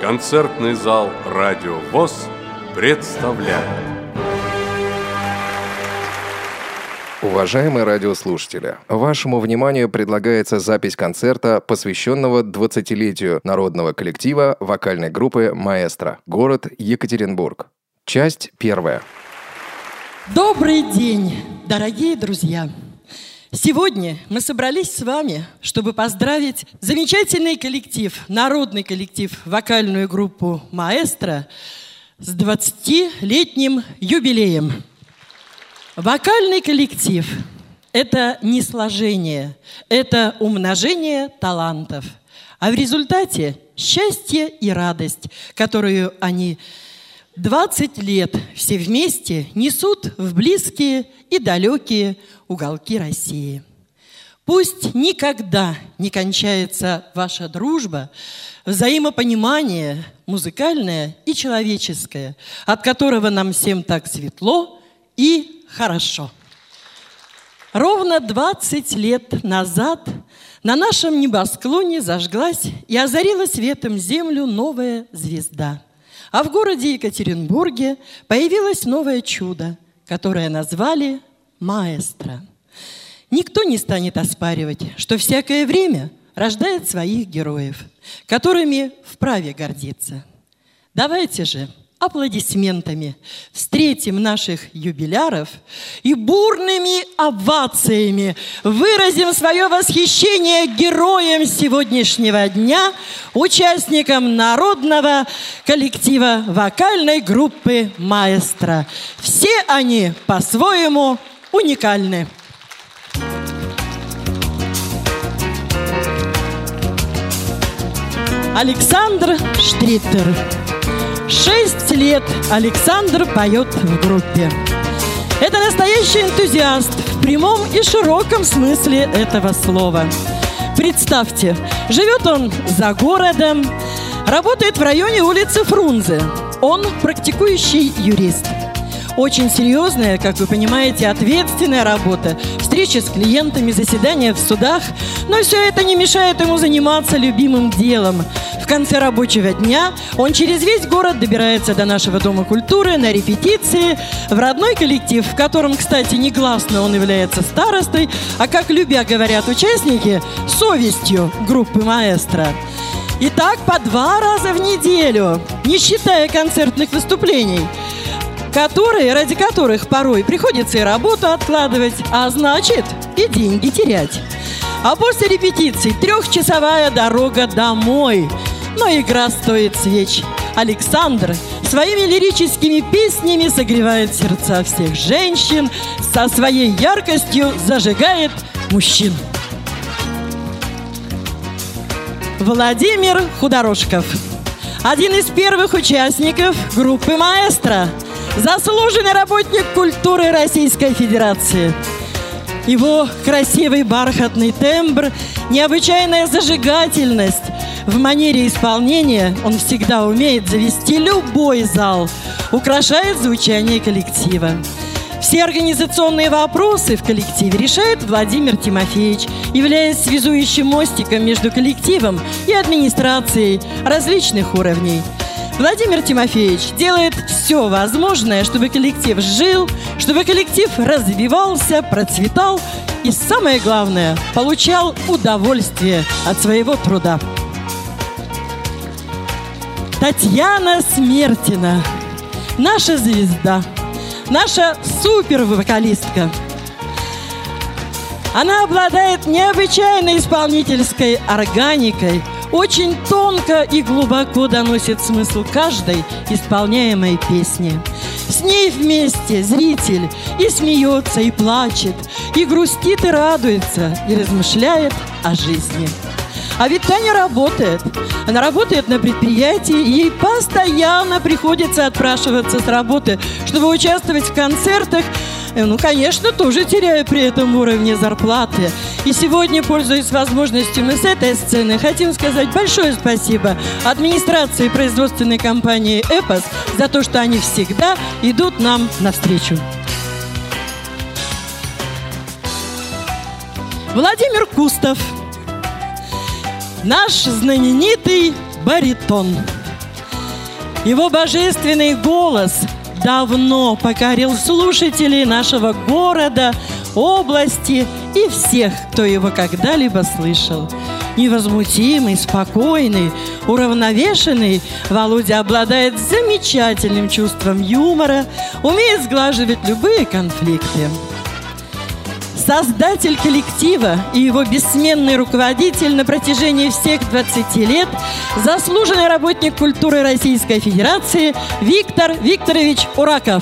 Концертный зал «Радио ВОС» представляет. Уважаемые радиослушатели, вашему вниманию предлагается запись концерта, посвященного 20-летию народного коллектива вокальной группы «Маэстро», город Екатеринбург. Часть первая. Добрый день, дорогие друзья! Сегодня мы собрались с вами, чтобы поздравить замечательный коллектив, народный коллектив, вокальную группу «Маэстро» с 20-летним юбилеем. Вокальный коллектив – это не сложение, это умножение талантов. А в результате счастье и радость, которую они 20 лет все вместе несут в близкие и далекие уголки России. Пусть никогда не кончается ваша дружба, взаимопонимание музыкальное и человеческое, от которого нам всем так светло и хорошо. Ровно 20 лет назад на нашем небосклоне зажглась и озарила светом землю новая звезда. А в городе Екатеринбурге появилось новое чудо, которое назвали «Маэстро». Никто не станет оспаривать, что всякое время рождает своих героев, которыми вправе гордиться. Давайте же аплодисментами встретим наших юбиляров и бурными овациями выразим свое восхищение героям сегодняшнего дня, участникам народного коллектива вокальной группы «Маэстро». Все они по-своему уникальны. Александр Штриттер. 6 лет Александр поет в группе. Это настоящий энтузиаст в прямом и широком смысле этого слова. Представьте, живет он за городом, работает в районе улицы Фрунзе. Он практикующий юрист. Очень серьезная, как вы понимаете, ответственная работа. Встречи с клиентами, заседания в судах. Но все это не мешает ему заниматься любимым делом. В конце рабочего дня он через весь город добирается до нашего Дома культуры на репетиции, в родной коллектив, в котором, кстати, негласно он является старостой, а, как любя говорят участники, совестью группы «Маэстро». И так по 2 раза в неделю, не считая концертных выступлений, ради которых порой приходится и работу откладывать, а значит и деньги терять. А после репетиций 3-часовая дорога домой. Но игра стоит свеч. Александр своими лирическими песнями согревает сердца всех женщин, со своей яркостью зажигает мужчин. Владимир Худорожков. Один из первых участников группы «Маэстро». Заслуженный работник культуры Российской Федерации. Его красивый бархатный тембр, необычайная зажигательность. В манере исполнения он всегда умеет завести любой зал, украшает звучание коллектива. Все организационные вопросы в коллективе решает Владимир Тимофеевич, являясь связующим мостиком между коллективом и администрацией различных уровней. Владимир Тимофеевич делает все возможное, чтобы коллектив жил, чтобы коллектив развивался, процветал и, самое главное, получал удовольствие от своего труда. Татьяна Смертина. Наша звезда, наша супервокалистка. Она обладает необычайной исполнительской органикой, очень тонко и глубоко доносит смысл каждой исполняемой песни. С ней вместе зритель и смеется, и плачет, и грустит, и радуется, и размышляет о жизни. А ведь Таня работает. Она работает на предприятии, и ей постоянно приходится отпрашиваться с работы, чтобы участвовать в концертах. Ну, конечно, тоже теряя при этом уровне зарплаты. И сегодня, пользуясь возможностью, мы с этой сцены хотим сказать большое спасибо администрации производственной компании «Эпос» за то, что они всегда идут нам навстречу. Владимир Кустов. Наш знаменитый баритон. Его божественный голос давно покорил слушателей нашего города, области и всех, кто его когда-либо слышал. Невозмутимый, спокойный, уравновешенный, Володя обладает замечательным чувством юмора, умеет сглаживать любые конфликты. Создатель коллектива и его бессменный руководитель на протяжении всех 20 лет, заслуженный работник культуры Российской Федерации Виктор Викторович Ураков.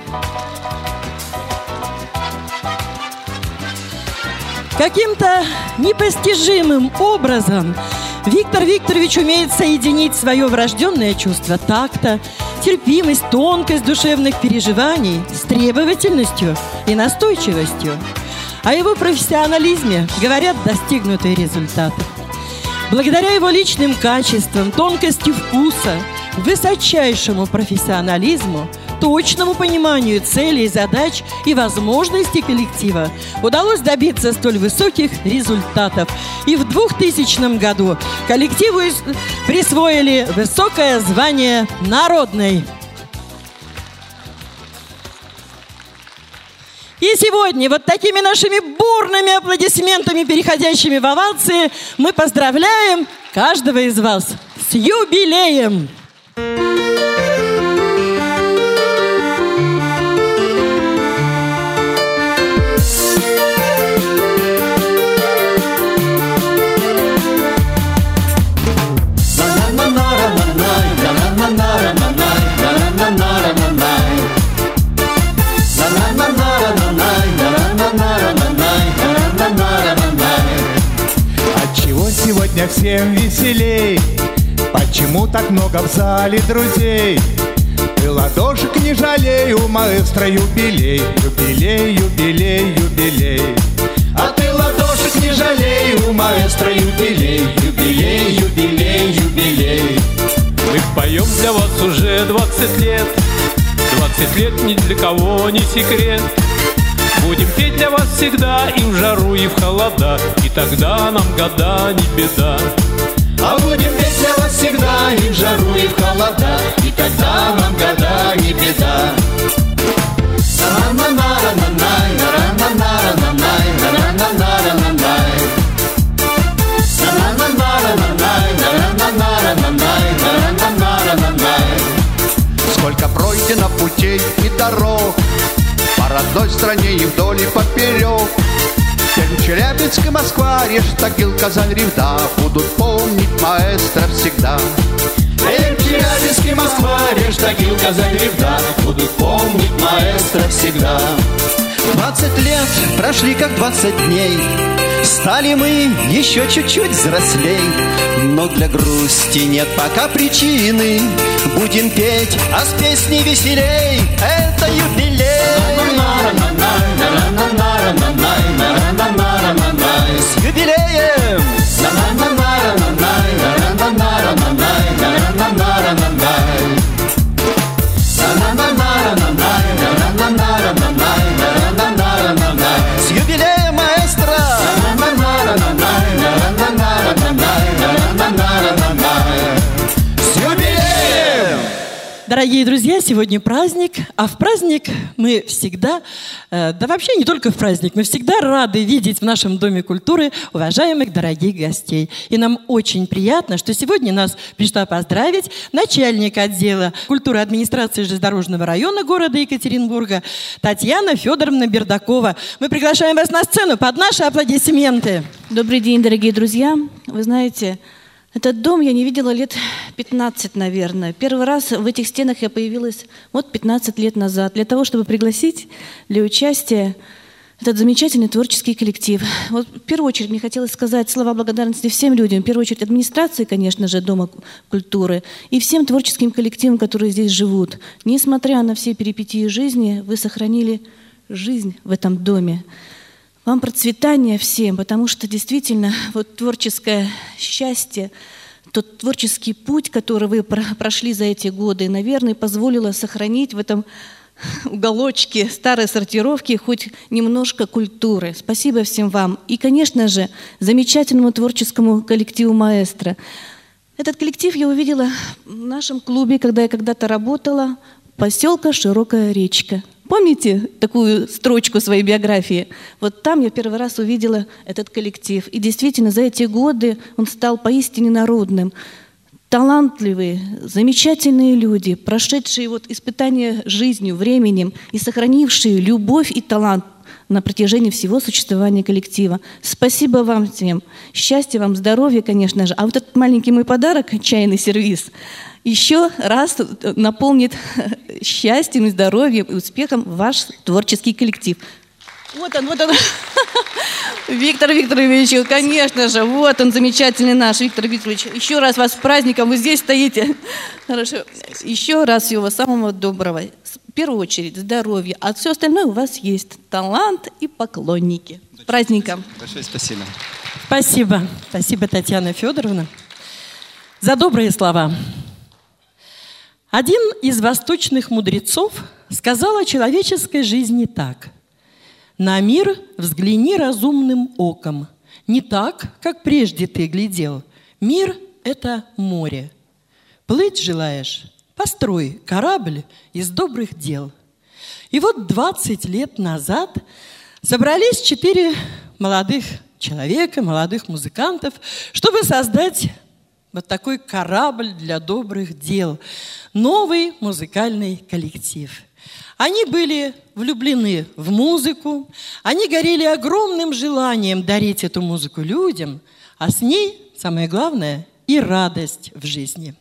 Каким-то непостижимым образом Виктор Викторович умеет соединить свое врожденное чувство такта, терпимость, тонкость душевных переживаний с требовательностью и настойчивостью. О его профессионализме говорят достигнутые результаты. Благодаря его личным качествам, тонкости вкуса, высочайшему профессионализму, точному пониманию целей, задач и возможностей коллектива удалось добиться столь высоких результатов. И в 2000 году коллективу присвоили высокое звание «Народный». И сегодня вот такими нашими бурными аплодисментами, переходящими в овации, мы поздравляем каждого из вас с юбилеем! Отчего сегодня всем веселей? Почему так много в зале друзей? Ты ладошек не жалей, у маэстро юбилей, юбилей, юбилей, юбилей. А ты ладошек не жалей, у маэстро юбилей, юбилей, юбилей, юбилей. Мы поем для вас уже 20 лет. 20 лет ни для кого не секрет. Будем петь для вас всегда и в жару, и в холода, и тогда нам года не беда. А будем петь для вас всегда и в жару, и в холода, и тогда нам года не беда. Сколько пройдено путей и дорог по родной стране и вдоль и поперек. Пермь, Челябинск и Москва, Реж, Тагил, Казань, Ревда будут помнить маэстро всегда. Пермь, Челябинск и Москва, Реж, Тагил, Казань, Ревда будут помнить маэстро всегда. 20 лет прошли как 20 дней, стали мы еще чуть-чуть взрослей. Но для грусти нет пока причины, будем петь, а с песней веселей. Это юбилей. С юбилеем! С юбилеем, маэстро! С юбилеем! Дорогие друзья, сегодня праздник, а в праздник мы всегда, да вообще не только в праздник, мы всегда рады видеть в нашем Доме культуры уважаемых дорогих гостей. И нам очень приятно, что сегодня нас пришла поздравить начальник отдела культуры администрации железнодорожного района города Екатеринбурга Татьяна Федоровна Бердакова. Мы приглашаем вас на сцену под наши аплодисменты. Добрый день, дорогие друзья. Вы знаете, этот дом я не видела лет 15, наверное. Первый раз в этих стенах я появилась вот 15 лет назад для того, чтобы пригласить для участия этот замечательный творческий коллектив. Вот в первую очередь мне хотелось сказать слова благодарности всем людям, в первую очередь администрации, конечно же, Дома культуры, и всем творческим коллективам, которые здесь живут. Несмотря на все перипетии жизни, вы сохранили жизнь в этом доме. Вам процветания всем, потому что действительно вот творческое счастье, тот творческий путь, который вы прошли за эти годы, наверное, позволило сохранить в этом уголочке старой сортировки хоть немножко культуры. Спасибо всем вам. И, конечно же, замечательному творческому коллективу «Маэстро». Этот коллектив я увидела в нашем клубе, когда я когда-то работала, поселка Широкая Речка. Помните такую строчку в своей биографии? Вот там я первый раз увидела этот коллектив. И действительно, за эти годы он стал поистине народным. Талантливые, замечательные люди, прошедшие вот испытания жизнью, временем и сохранившие любовь и талант на протяжении всего существования коллектива. Спасибо вам всем. Счастья вам, здоровья, конечно же. А вот этот маленький мой подарок, чайный сервиз, еще раз наполнит счастьем, здоровьем и успехом ваш творческий коллектив. Вот он. Виктор Викторович, конечно же, вот он, замечательный наш Виктор Викторович. Еще раз вас с праздником, вы здесь стоите. Хорошо. Еще раз всего самого доброго. В первую очередь здоровья, а все остальное у вас есть. Талант и поклонники. С праздником. Большое спасибо. Спасибо. Спасибо, Татьяна Федоровна, за добрые слова. Один из восточных мудрецов сказал о человеческой жизни так: «На мир взгляни разумным оком, не так, как прежде ты глядел. Мир – это море. Плыть желаешь? Построй корабль из добрых дел». И вот 20 лет назад собрались 4 молодых человека, молодых музыкантов, чтобы создать вот такой корабль для добрых дел. Новый музыкальный коллектив. Они были влюблены в музыку, они горели огромным желанием дарить эту музыку людям, а с ней, самое главное, и радость в жизни.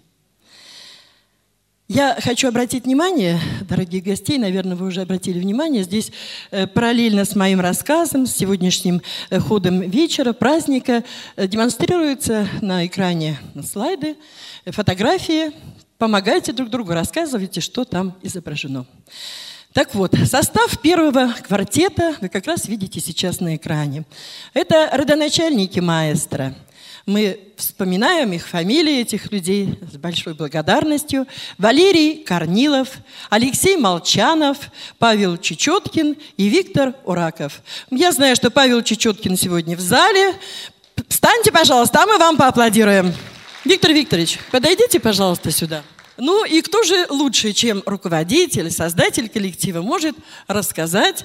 Я хочу обратить внимание, дорогие гости, наверное, вы уже обратили внимание, здесь параллельно с моим рассказом, с сегодняшним ходом вечера, праздника, демонстрируются на экране слайды, фотографии. Помогайте друг другу, рассказывайте, что там изображено. Так вот, состав первого квартета вы как раз видите сейчас на экране. Это родоначальники маэстро. Мы вспоминаем их фамилии, этих людей, с большой благодарностью. Валерий Корнилов, Алексей Молчанов, Павел Чечеткин и Виктор Ураков. Я знаю, что Павел Чечеткин сегодня в зале. Встаньте, пожалуйста, а мы вам поаплодируем. Виктор Викторович, подойдите, пожалуйста, сюда. Ну и кто же лучше, чем руководитель, создатель коллектива, может рассказать...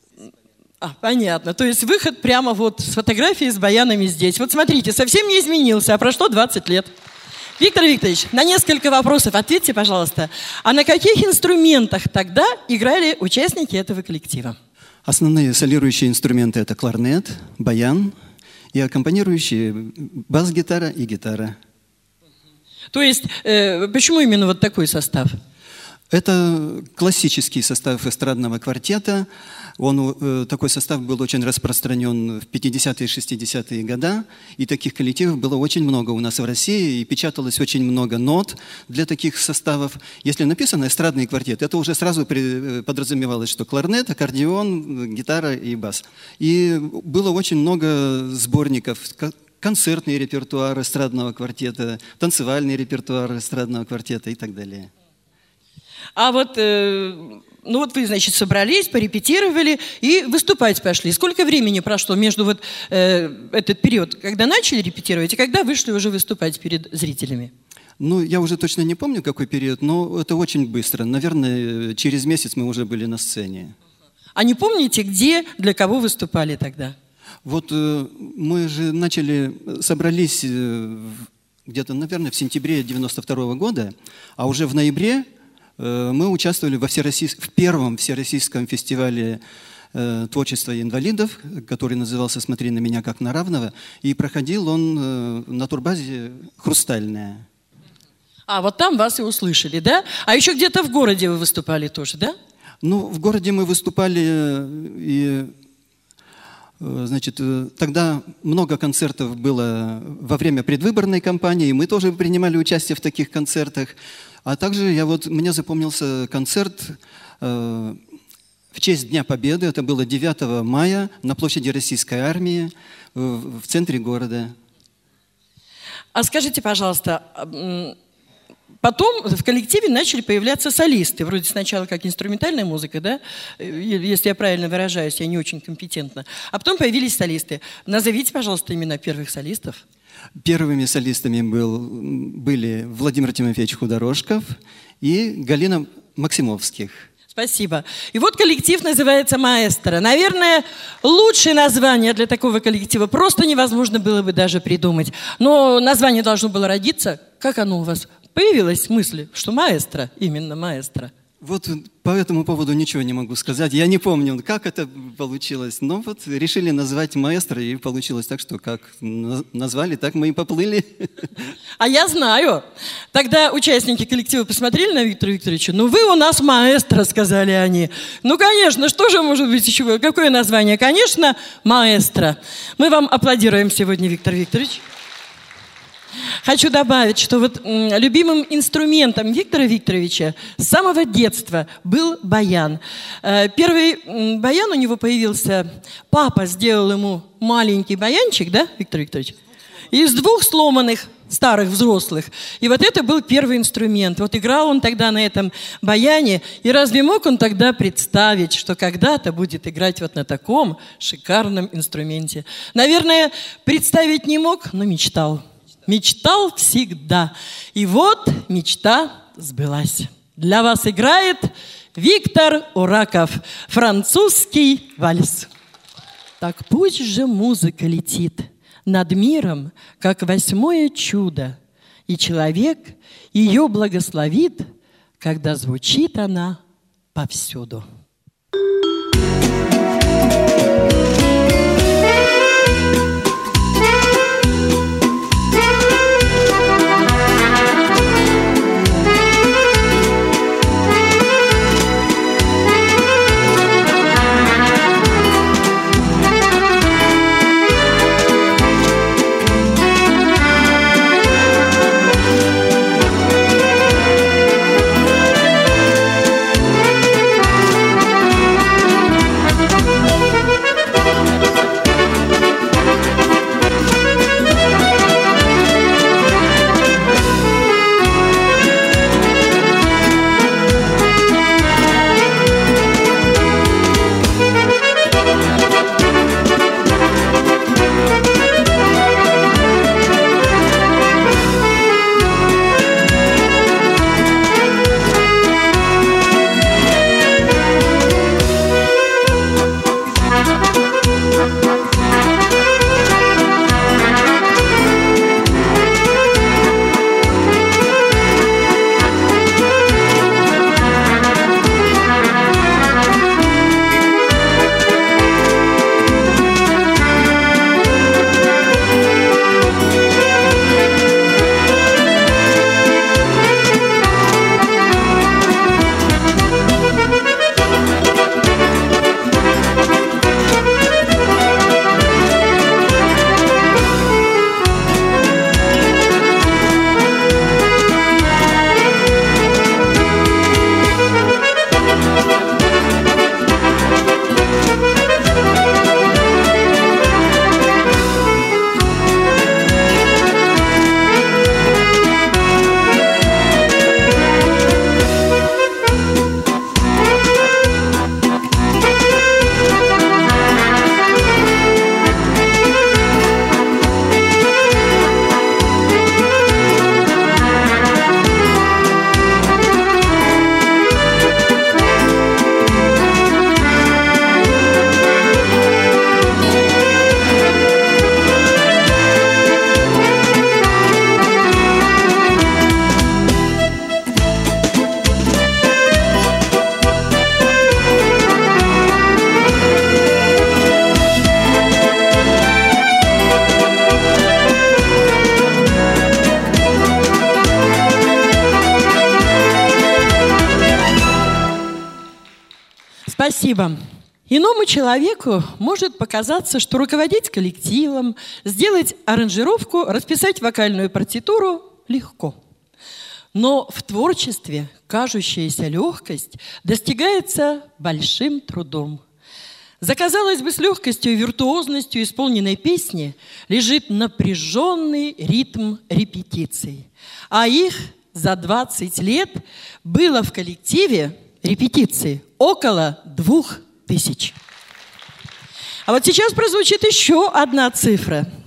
понятно. То есть выход прямо вот с фотографией с баянами здесь. Вот смотрите, совсем не изменился, а прошло 20 лет. Виктор Викторович, на несколько вопросов ответьте, пожалуйста. А на каких инструментах тогда играли участники этого коллектива? Основные солирующие инструменты – это кларнет, баян и аккомпанирующие бас-гитара и гитара. То есть, почему именно вот такой состав? Это классический состав эстрадного квартета. Такой состав был очень распространен в 50-е и 60-е годы. И таких коллективов было очень много у нас в России. И печаталось очень много нот для таких составов. Если написано «эстрадный квартет», это уже сразу подразумевалось, что кларнет, аккордеон, гитара и бас. И было очень много сборников. Концертный репертуар эстрадного квартета, танцевальный репертуар эстрадного квартета и так далее. А вот, вы, значит, собрались, порепетировали и выступать пошли. Сколько времени прошло между вот этот период, когда начали репетировать, и когда вышли уже выступать перед зрителями? Я уже точно не помню, какой период, но это очень быстро. Наверное, через месяц мы уже были на сцене. А не помните, где, для кого выступали тогда? Вот мы же собрались где-то, наверное, в сентябре 92 года, а уже в ноябре мы участвовали в первом всероссийском фестивале творчества инвалидов, который назывался «Смотри на меня как на равного», и проходил он на турбазе «Хрустальная». А вот там вас и услышали, да? А еще где-то в городе вы выступали тоже, да? В городе мы выступали и... Значит, тогда много концертов было во время предвыборной кампании, мы тоже принимали участие в таких концертах. А также мне запомнился концерт в честь Дня Победы, это было 9 мая на площади Российской Армии в центре города. А скажите, пожалуйста, потом в коллективе начали появляться солисты, вроде сначала как инструментальная музыка, да? Если я правильно выражаюсь, я не очень компетентна. А потом появились солисты. Назовите, пожалуйста, имена первых солистов. Первыми солистами были Владимир Тимофеевич Худорожков и Галина Максимовских. Спасибо. И вот коллектив называется «Маэстро». Наверное, лучшее название для такого коллектива просто невозможно было бы даже придумать. Но название должно было родиться. Как оно у вас? Появилась мысль, что «Маэстро», именно «Маэстро». Вот по этому поводу ничего не могу сказать. Я не помню, как это получилось. Но вот решили назвать «Маэстро», и получилось так, что как назвали, так мы и поплыли. А я знаю. Тогда участники коллектива посмотрели на Виктора Викторовича. «Ну вы у нас маэстро», — сказали они. Ну, конечно, что же может быть еще? Какое название? Конечно, «Маэстро». Мы вам аплодируем сегодня, Виктор Викторович. Хочу добавить, что вот любимым инструментом Виктора Викторовича с самого детства был баян. Первый баян у него появился, папа сделал ему маленький баянчик, да, Виктор Викторович? Из 2 сломанных старых взрослых. И вот это был первый инструмент. Вот играл он тогда на этом баяне. И разве мог он тогда представить, что когда-то будет играть вот на таком шикарном инструменте? Наверное, представить не мог, но мечтал. Мечтал всегда. И вот мечта сбылась. Для вас играет Виктор Ураков. Французский вальс. Так пусть же музыка летит над миром, как 8-е чудо, и человек ее благословит, когда звучит она повсюду. Спасибо. Иному человеку может показаться, что руководить коллективом, сделать аранжировку, расписать вокальную партитуру легко. Но в творчестве кажущаяся легкость достигается большим трудом. За, казалось бы, с легкостью и виртуозностью исполненной песни лежит напряженный ритм репетиций. А их за 20 лет было в коллективе репетиций около 2000. А вот сейчас прозвучит еще одна цифра.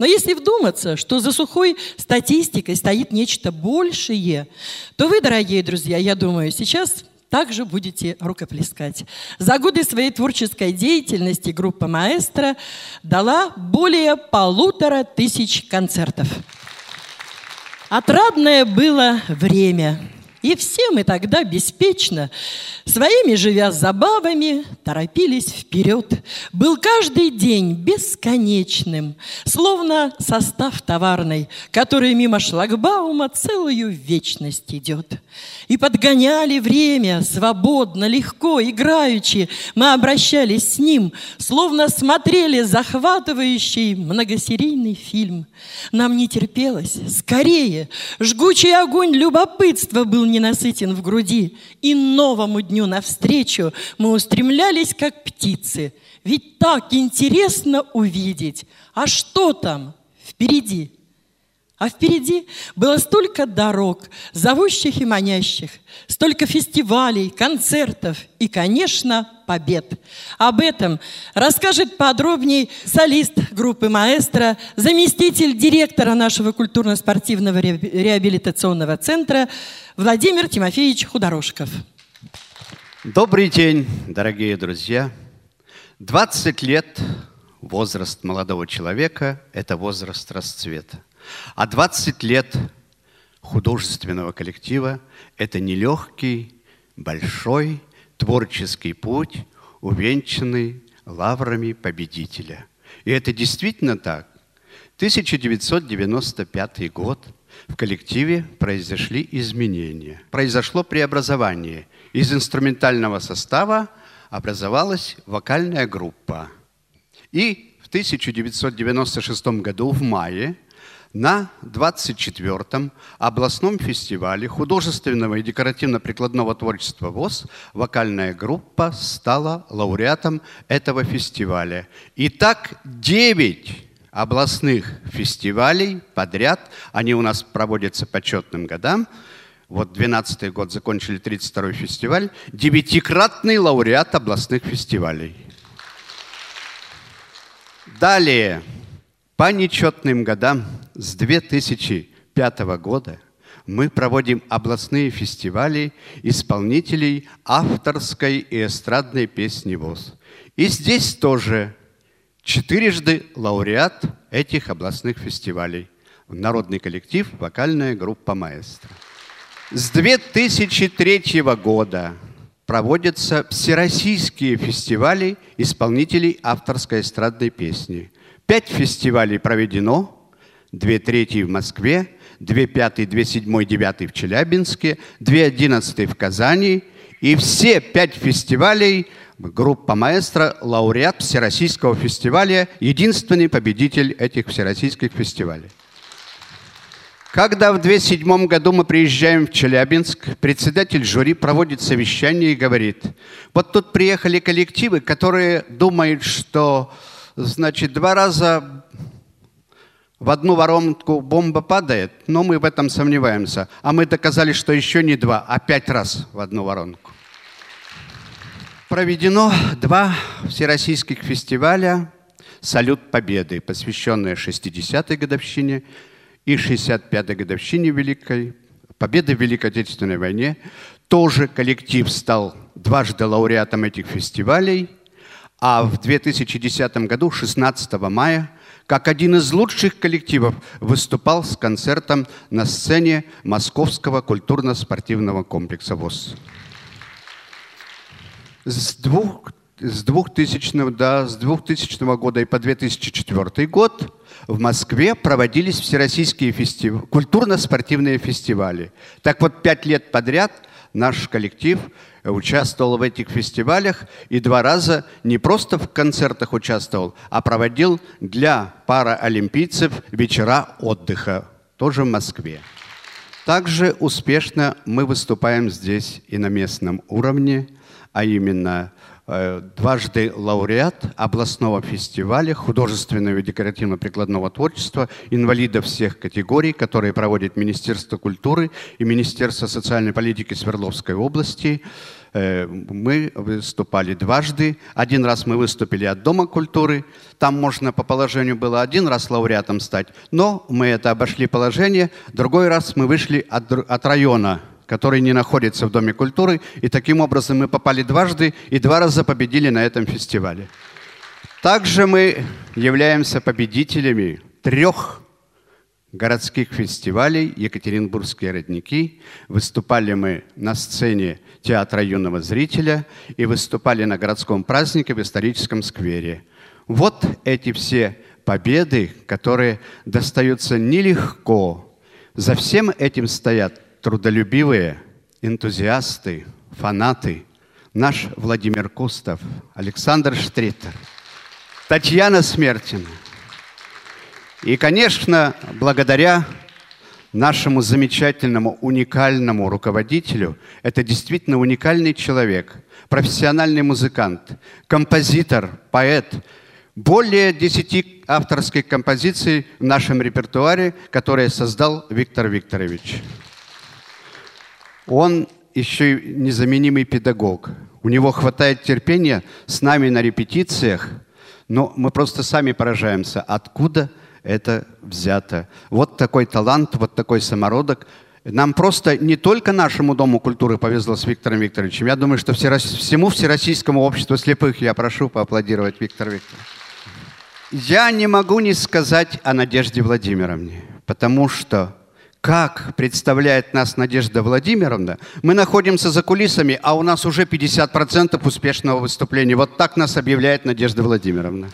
Но если вдуматься, что за сухой статистикой стоит нечто большее, то вы, дорогие друзья, я думаю, сейчас также будете рукоплескать. За годы своей творческой деятельности группа «Маэстро» дала более 1500 концертов. Отрадное было время. И все мы тогда беспечно, своими живя забавами, торопились вперед. Был каждый день бесконечным, словно состав товарный, который мимо шлагбаума целую вечность идет. И подгоняли время свободно, легко, играючи. Мы обращались с ним, словно смотрели захватывающий многосерийный фильм. Нам не терпелось, скорее, жгучий огонь любопытства был ненасытен в груди, и новому дню навстречу мы устремлялись, как птицы. Ведь так интересно увидеть, а что там впереди? А впереди было столько дорог, зовущих и манящих, столько фестивалей, концертов и, конечно, побед. Об этом расскажет подробнее солист группы «Маэстро», заместитель директора нашего культурно-спортивного реабилитационного центра Владимир Тимофеевич Худорошков. Добрый день, дорогие друзья. 20 лет – возраст молодого человека – это возраст расцвета. А 20 лет художественного коллектива – это нелегкий, большой творческий путь, увенчанный лаврами победителя. И это действительно так. 1995 год. В коллективе произошли изменения. Произошло преобразование. Из инструментального состава образовалась вокальная группа. И в 1996 году, в мае, на 24-м областном фестивале художественного и декоративно-прикладного творчества ВОС вокальная группа стала лауреатом этого фестиваля. Итак, 9 областных фестивалей подряд, они у нас проводятся по четным годам. Вот 12-й год закончили 32-й фестиваль, 9-кратный лауреат областных фестивалей. Далее, по нечетным годам, с 2005 года мы проводим областные фестивали исполнителей авторской и эстрадной песни ВОС. И здесь тоже 4-жды лауреат этих областных фестивалей. Народный коллектив, вокальная группа «Маэстро». С 2003 года проводятся всероссийские фестивали исполнителей авторской эстрадной песни. 5 фестивалей проведено, 2/3 в Москве, 2/5, 2/7, 9 в Челябинске, 2/11 в Казани. И все 5 фестивалей группа «Маэстро» лауреат Всероссийского фестиваля, единственный победитель этих всероссийских фестивалей. Когда в 2007 году мы приезжаем в Челябинск, председатель жюри проводит совещание и говорит: вот тут приехали коллективы, которые думают, что, значит, 2 раза в одну воронку бомба падает, но мы в этом сомневаемся. А мы доказали, что еще не 2, а 5 раз в одну воронку. Проведено 2 всероссийских фестиваля «Салют Победы», посвященные 60-й годовщине и 65-й годовщине Великой Победы в Великой Отечественной войне. Тоже коллектив стал 2-жды лауреатом этих фестивалей, а в 2010 году, 16 мая, как один из лучших коллективов выступал с концертом на сцене Московского культурно-спортивного комплекса ВОС. С 2000 года и по 2004 год в Москве проводились всероссийские культурно-спортивные фестивали. Так вот, 5 лет подряд наш коллектив участвовал в этих фестивалях и 2 раза не просто в концертах участвовал, а проводил для параолимпийцев вечера отдыха, тоже в Москве. Также успешно мы выступаем здесь и на местном уровне, а именно дважды лауреат областного фестиваля художественного и декоративно-прикладного творчества инвалидов всех категорий, которые проводит Министерство культуры и Министерство социальной политики Свердловской области. Мы выступали дважды. Один раз мы выступили от Дома культуры. Там можно по положению было один раз лауреатом стать, но мы это обошли положение. Другой раз мы вышли от района, который не находится в Доме культуры. И таким образом мы попали дважды и 2 раза победили на этом фестивале. Также мы являемся победителями 3 городских фестивалей «Екатеринбургские родники». Выступали мы на сцене Театра юного зрителя и выступали на городском празднике в историческом сквере. Вот эти все победы, которые достаются нелегко. За всем этим стоят трудолюбивые энтузиасты, фанаты. Наш Владимир Кустов, Александр Штриттер, Татьяна Смертина. И, конечно, благодаря нашему замечательному, уникальному руководителю, это действительно уникальный человек, профессиональный музыкант, композитор, поэт. Более 10 авторских композиций в нашем репертуаре, которые создал Виктор Викторович. Он еще и незаменимый педагог. У него хватает терпения с нами на репетициях, но мы просто сами поражаемся, откуда это взято. Вот такой талант, вот такой самородок. Нам просто не только нашему Дому культуры повезло с Виктором Викторовичем. Я думаю, что всему Всероссийскому обществу слепых я прошу поаплодировать Виктору Викторовичу. Я не могу не сказать о Надежде Владимировне, потому что, как представляет нас Надежда Владимировна, мы находимся за кулисами, а у нас уже 50% успешного выступления. Вот так нас объявляет Надежда Владимировна.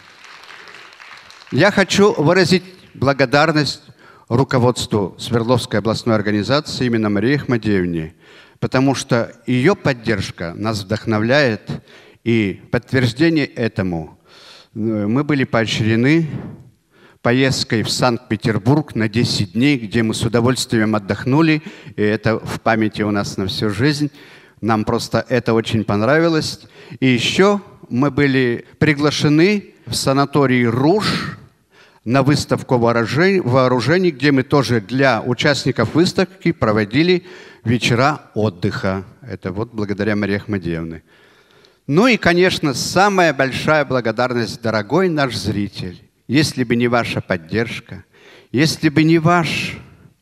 Я хочу выразить благодарность руководству Свердловской областной организации именно Марии Ахмадеевне, потому что ее поддержка нас вдохновляет, и подтверждение этому мы были поощрены поездкой в Санкт-Петербург на 10 дней, где мы с удовольствием отдохнули, и это в памяти у нас на всю жизнь. Нам просто это очень понравилось. И еще мы были приглашены в санаторий «Руж» на выставку вооружений, где мы тоже для участников выставки проводили вечера отдыха. Это вот благодаря Марии Ахмадеевне. Ну и, конечно, самая большая благодарность, дорогой наш зритель. Если бы не ваша поддержка, если бы не ваш,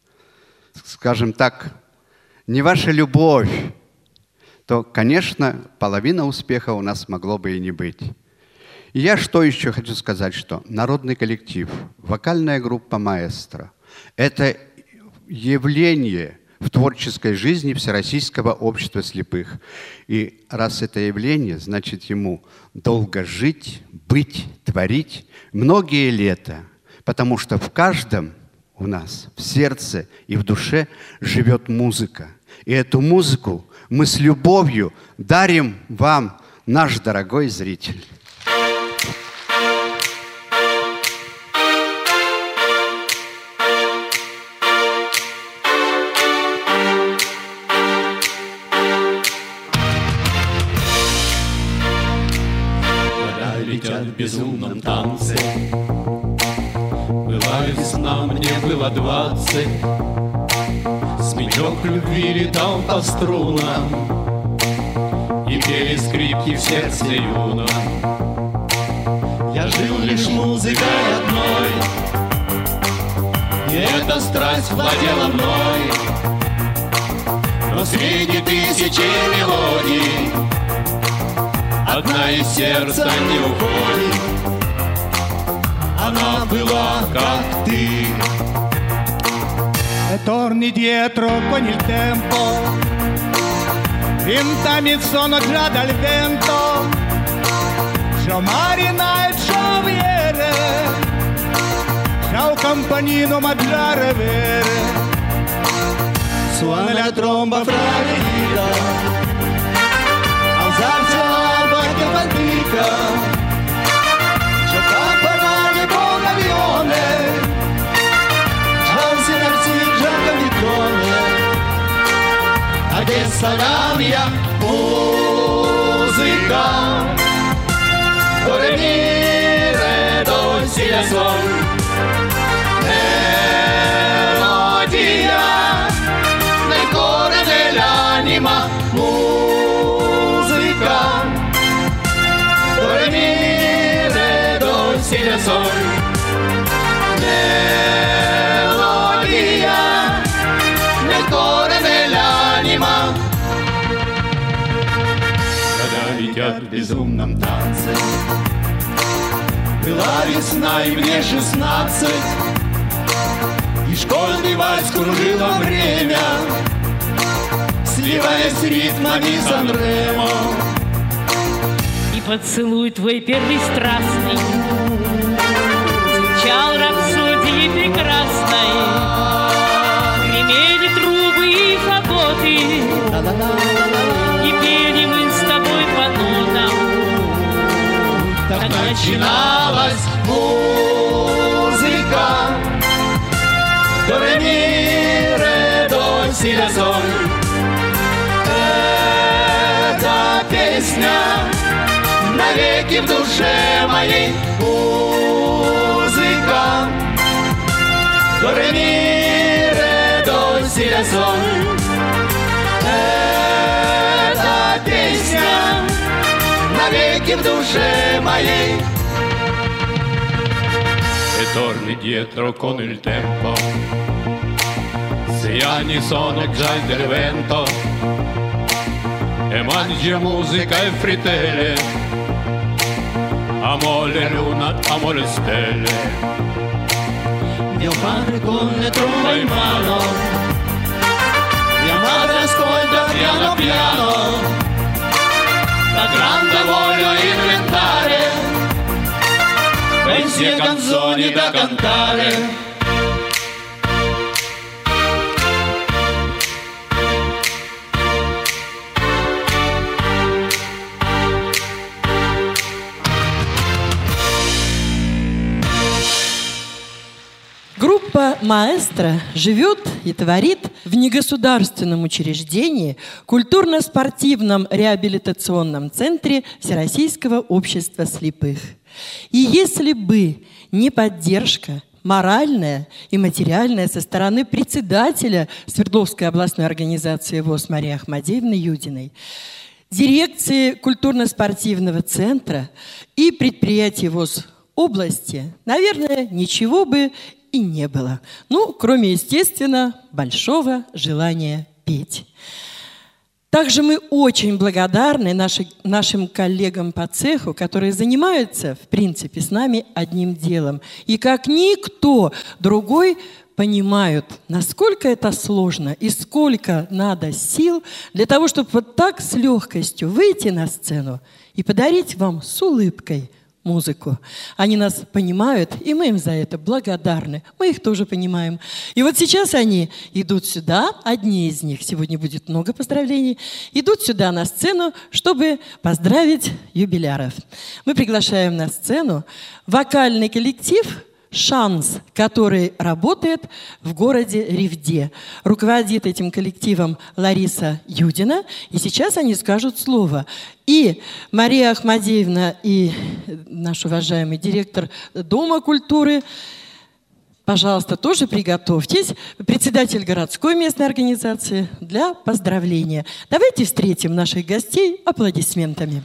скажем так, не ваша любовь, то, конечно, половина успеха у нас могло бы и не быть. И я что еще хочу сказать, что народный коллектив, вокальная группа «Маэстро» – это явление в творческой жизни Всероссийского общества слепых. И раз это явление, значит ему долго жить, быть, творить многие лета, потому что в каждом у нас, в сердце и в душе живет музыка. И эту музыку мы с любовью дарим вам, наш дорогой зритель. Летят в безумном танце. Была весна, мне было 20. Смычок любви летал по струнам, и пели скрипки в сердце юном. Я жил лишь музыкой одной, и эта страсть владела мной. Но среди тысячи мелодий одна из сердца не уходит. Она была, как ты. Torni dietro con il tempo, vent'anni sono già dal vento, ciao Marina e ciao Viere, ciao campanino mangiare vere, suona la tromba fra le dita, alzarsi all'alba che fatica, c'è campanale con avione, adesso la mia musica. do, re, mi, re, do, si, la, sol. Melodia nel cuore dell'anima, musica, do, re, mi, re, do, si, la, sol. Melodia nel cuore dell'anima. Когда летят в безумном танце, была весна и мне 16, и школьный вальс кружила время, сливаясь с ритмами Сан-Ремо. И поцелуй твой первый страстный звучал рапсодией прекрасной. Гремели трубы и фаготы, и пели мы с тобой по нотам. Так начиналась музыка. До, ре, ми, ре, до, си, ля, соль. Эта песня навеки в душе моей. Музыка. До, ре, ми, ре, до, си, ля, соль. Эта песня навеки в душе моей. E torni dietro con il tempo, 6 anni sono già del vento, e mangia musica e frittelle, amore luna, amore stelle. Mio padre con le trombe in mano, mia madre ascolta piano piano, la grande voglia inventare pensi e canzoni da cantare. Группа «Маэстро» живет и творит в негосударственном учреждении культурно-спортивном реабилитационном центре Всероссийского общества слепых. И если бы не поддержка моральная и материальная со стороны председателя Свердловской областной организации ВОС Марии Ахмадеевны Юдиной, дирекции культурно-спортивного центра и предприятий ВОС области, наверное, ничего бы и не было. Ну, кроме, естественно, большого желания петь. Также мы очень благодарны нашим коллегам по цеху, которые занимаются, в принципе, с нами одним делом. И как никто другой понимают, насколько это сложно и сколько надо сил для того, чтобы вот так с легкостью выйти на сцену и подарить вам с улыбкой музыку. Они нас понимают, и мы им за это благодарны. Мы их тоже понимаем. И вот сейчас они идут сюда, одни из них, сегодня будет много поздравлений, идут сюда на сцену, чтобы поздравить юбиляров. Мы приглашаем на сцену вокальный коллектив «Шанс», который работает в городе Ревде. Руководит этим коллективом Лариса Юдина. И сейчас они скажут слово. И Мария Ахмадеевна, и наш уважаемый директор Дома культуры, пожалуйста, тоже приготовьтесь. Председатель городской местной организации для поздравления. Давайте встретим наших гостей аплодисментами.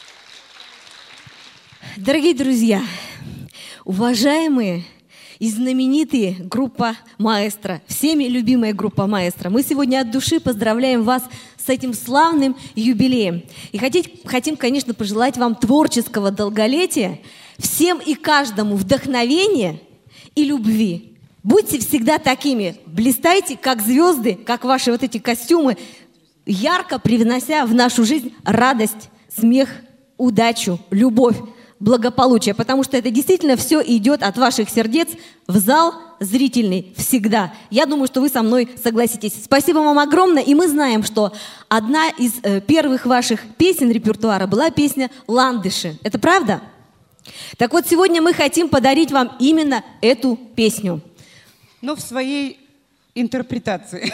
Дорогие друзья, уважаемые и знаменитые группа «Маэстро», всеми любимая группа «Маэстро», мы сегодня от души поздравляем вас с этим славным юбилеем. И хотим, конечно, пожелать вам творческого долголетия, всем и каждому вдохновения и любви. Будьте всегда такими, блистайте, как звезды, как ваши вот эти костюмы, ярко привнося в нашу жизнь радость, смех, удачу, любовь, благополучие, потому что это действительно все идет от ваших сердец в зал зрительный всегда. Я думаю, что вы со мной согласитесь. Спасибо вам огромное, и мы знаем, что одна из первых ваших песен репертуара была песня «Ландыши». Это правда? Так вот, сегодня мы хотим подарить вам именно эту песню. Но в своей интерпретации.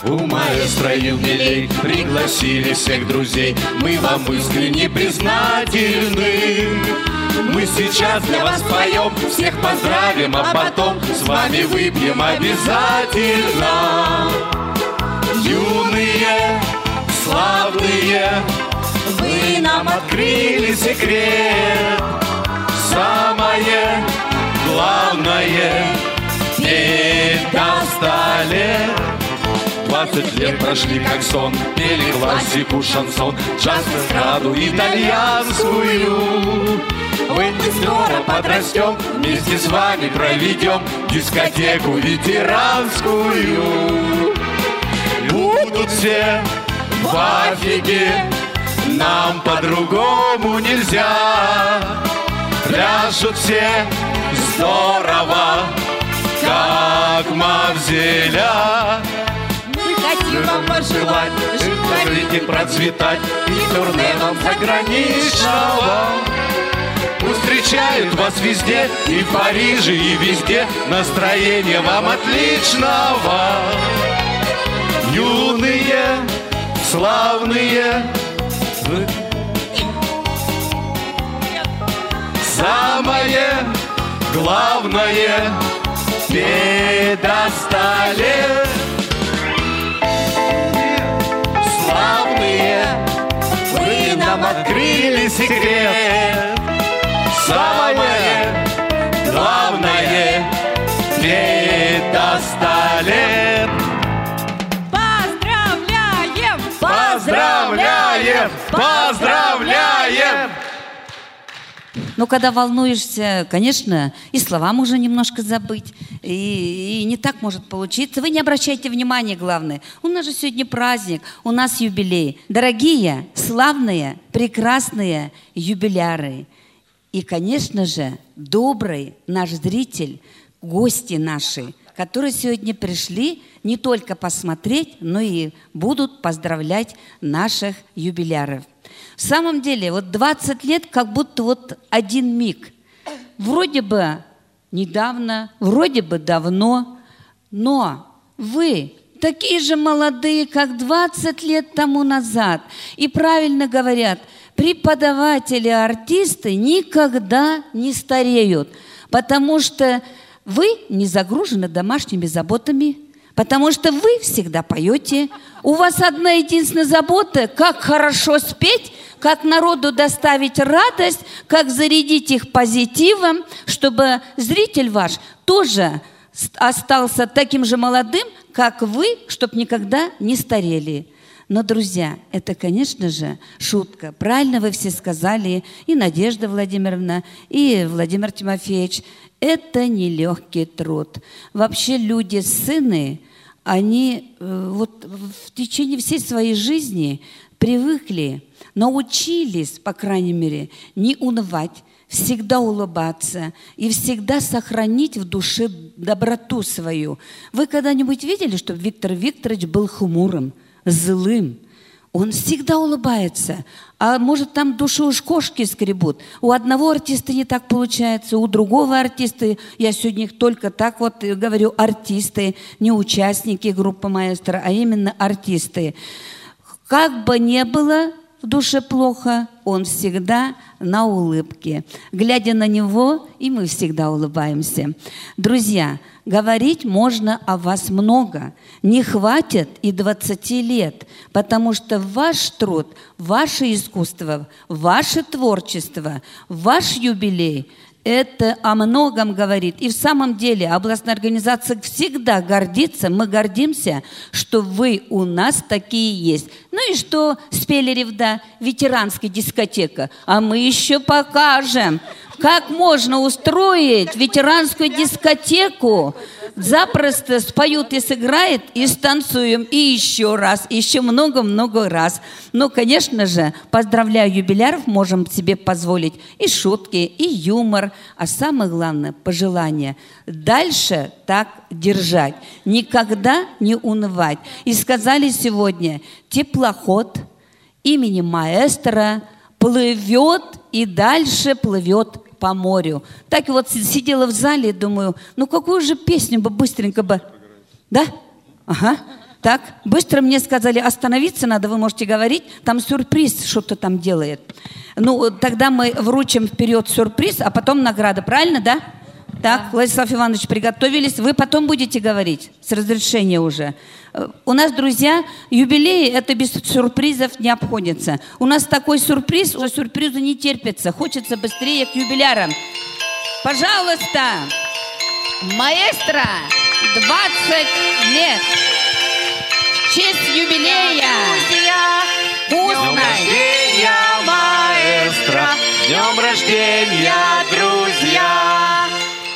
У маэстро юбилей, пригласили всех друзей. Мы вам искренне признательны. Мы сейчас для вас поем, всех поздравим, а потом с вами выпьем обязательно. Юные, славные, вы нам открыли секрет. Самое главное петь достали. 20 лет прошли как сон, пели классику, шансон, джаз, эстраду итальянскую. Мы скоро подрастем, вместе с вами проведем дискотеку ветеранскую. Будут все в афиге, нам по-другому нельзя. Пляшут все здорово, как мавзеля. Мы хотим вам пожелать жить и процветать, и турне вам заграничного. Пусть встречают вас везде, и в Париже, и везде. Настроение вам отличного. Юные, славные, самое главное петь достали. Славные, вы нам открыли секрет. Самое главное петь достали. Поздравляем! Поздравляем! Поздравляем! Но когда волнуешься, конечно, и слова можно немножко забыть, и не так может получиться. Вы не обращайте внимания, главное. У нас же сегодня праздник, у нас юбилей. Дорогие, славные, прекрасные юбиляры. И, конечно же, добрый наш зритель, гости наши, которые сегодня пришли не только посмотреть, но и будут поздравлять наших юбиляров. В самом деле, вот 20 лет как будто вот один миг. Вроде бы недавно, вроде бы давно, но вы такие же молодые, как 20 лет тому назад. И правильно говорят, преподаватели, артисты никогда не стареют, потому что вы не загружены домашними заботами, потому что вы всегда поете. У вас одна единственная забота, как хорошо спеть, как народу доставить радость, как зарядить их позитивом, чтобы зритель ваш тоже остался таким же молодым, как вы, чтобы никогда не старели. Но, друзья, это, конечно же, шутка. Правильно вы все сказали, и Надежда Владимировна, и Владимир Тимофеевич. Это нелегкий труд. Вообще люди, сыны, они вот в течение всей своей жизни привыкли, научились, по крайней мере, не унывать, всегда улыбаться и всегда сохранить в душе доброту свою. Вы когда-нибудь видели, чтобы Виктор Викторович был хмурым, злым? Он всегда улыбается. А может, там душу уж кошки скребут. У одного артиста не так получается, у другого артиста, я сегодня их только так вот говорю, артисты, не участники группы «Маэстро», а именно артисты. Как бы ни было в душе плохо, он всегда на улыбке. Глядя на него, и мы всегда улыбаемся. Друзья, говорить можно о вас много. Не хватит и 20 лет, потому что ваш труд, ваше искусство, ваше творчество, ваш юбилей – это о многом говорит. И в самом деле областная организация всегда гордится, мы гордимся, что вы у нас такие есть. Ну и что спели ревда, ветеранская дискотека. А мы еще покажем, как можно устроить ветеранскую дискотеку. Запросто споют и сыграют, и станцуем, и еще раз, и еще много-много раз. Ну, конечно же, поздравляю юбиляров, можем себе позволить и шутки, и юмор, а самое главное, пожелание дальше так держать, никогда не унывать. И сказали сегодня, теплоход имени маэстро плывет и дальше плывет по морю. Так и вот сидела в зале и думаю, ну какую же песню бы быстренько бы... Да? Ага. Так, быстро мне сказали, остановиться надо, вы можете говорить, там сюрприз что-то там делает. Ну, тогда мы вручим вперед сюрприз, а потом награда, правильно, да? Так, Владислав Иванович, приготовились. Вы потом будете говорить, с разрешения уже. У нас, друзья, юбилей, это без сюрпризов не обходится. У нас такой сюрприз, уже сюрпризу не терпится. Хочется быстрее к юбилярам. Пожалуйста, маэстро, 20 лет. В честь юбилея. Днем рождения, маэстро! С днем рождения, друзья!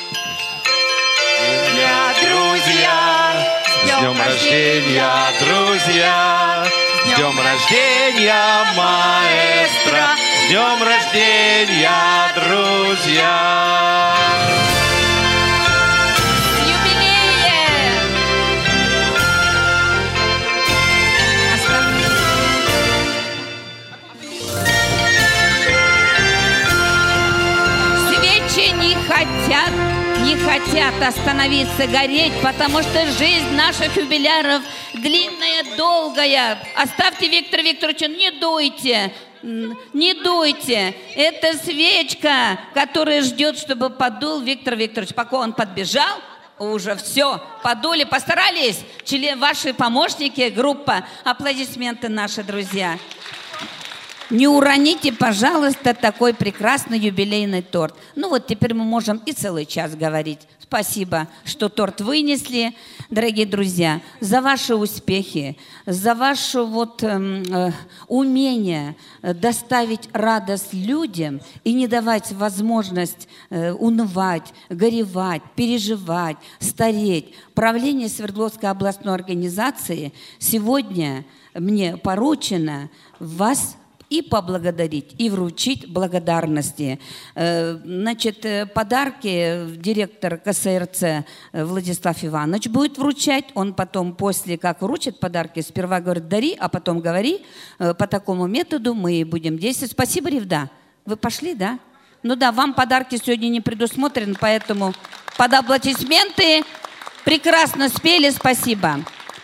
С днем рождения, друзья! С днем рождения, маэстро! С днем рождения, друзья! Не хотят остановиться гореть, потому что жизнь наших юбиляров длинная, долгая. Оставьте Виктора Викторовича, не дуйте, не дуйте. Это свечка, которая ждет, чтобы подул Виктор Викторович. Пока он подбежал, уже все, подули, постарались. Ваши помощники, группа, аплодисменты наши, друзья. Не уроните, пожалуйста, такой прекрасный юбилейный торт. Ну вот теперь мы можем и целый час говорить. Спасибо, что торт вынесли, дорогие друзья, за ваши успехи, за ваше умение доставить радость людям и не давать возможность унывать, горевать, переживать, стареть. Правление Свердловской областной организации сегодня мне поручено вас и поблагодарить, и вручить благодарности. Значит, подарки директор КСРЦ Владислав Иванович будет вручать. Он потом, после как вручит подарки, сперва говорит «дари», а потом «говори». По такому методу мы будем действовать. Спасибо, Ревда. Вы пошли, да? Ну да, вам подарки сегодня не предусмотрены, поэтому под аплодисменты прекрасно спели. Спасибо.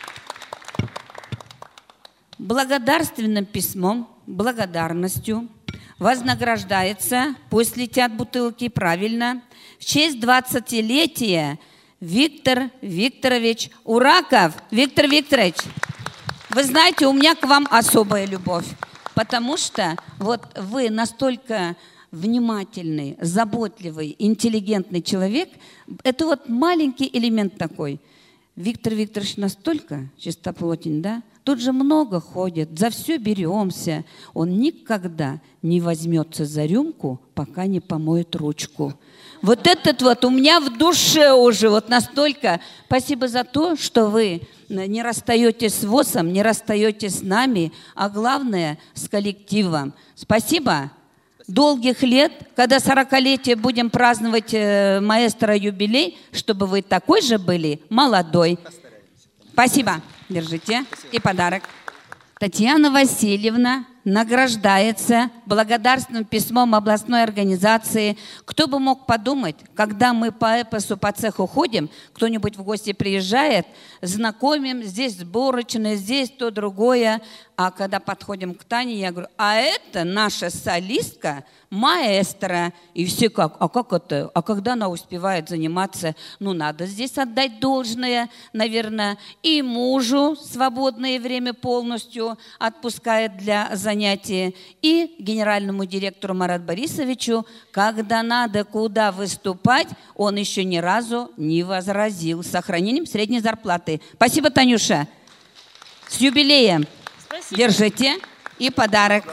Благодарственным письмом, благодарностью вознаграждается, пусть летят бутылки, правильно, в честь 20-летия Виктор Викторович Ураков. Виктор Викторович, вы знаете, у меня к вам особая любовь, потому что вот вы настолько внимательный, заботливый, интеллигентный человек. Это вот маленький элемент такой. Виктор Викторович настолько чистоплотен, да? Тут же много ходит, за все беремся. Он никогда не возьмется за рюмку, пока не помоет ручку. Вот этот вот у меня в душе уже вот настолько. Спасибо за то, что вы не расстаетесь с ВОСом, не расстаетесь с нами, а главное, с коллективом. Спасибо. Долгих лет, когда 40-летие будем праздновать маэстро юбилей, чтобы вы такой же были, молодой. Спасибо. Держите. И подарок. Татьяна Васильевна награждается благодарственным письмом областной организации. Кто бы мог подумать, когда мы по эпосу, по цеху ходим, кто-нибудь в гости приезжает, знакомим, здесь сборочное, здесь то другое. А когда подходим к Тане, я говорю, а это наша солистка, маэстро. И все как это? А когда она успевает заниматься? Ну, надо здесь отдать должное, наверное, и мужу свободное время полностью отпускает для занятия, и генеральному директору Марату Борисовичу, когда надо куда выступать, он еще ни разу не возразил с сохранением средней зарплаты. Спасибо, Танюша. С юбилеем. Спасибо. Держите. И подарок.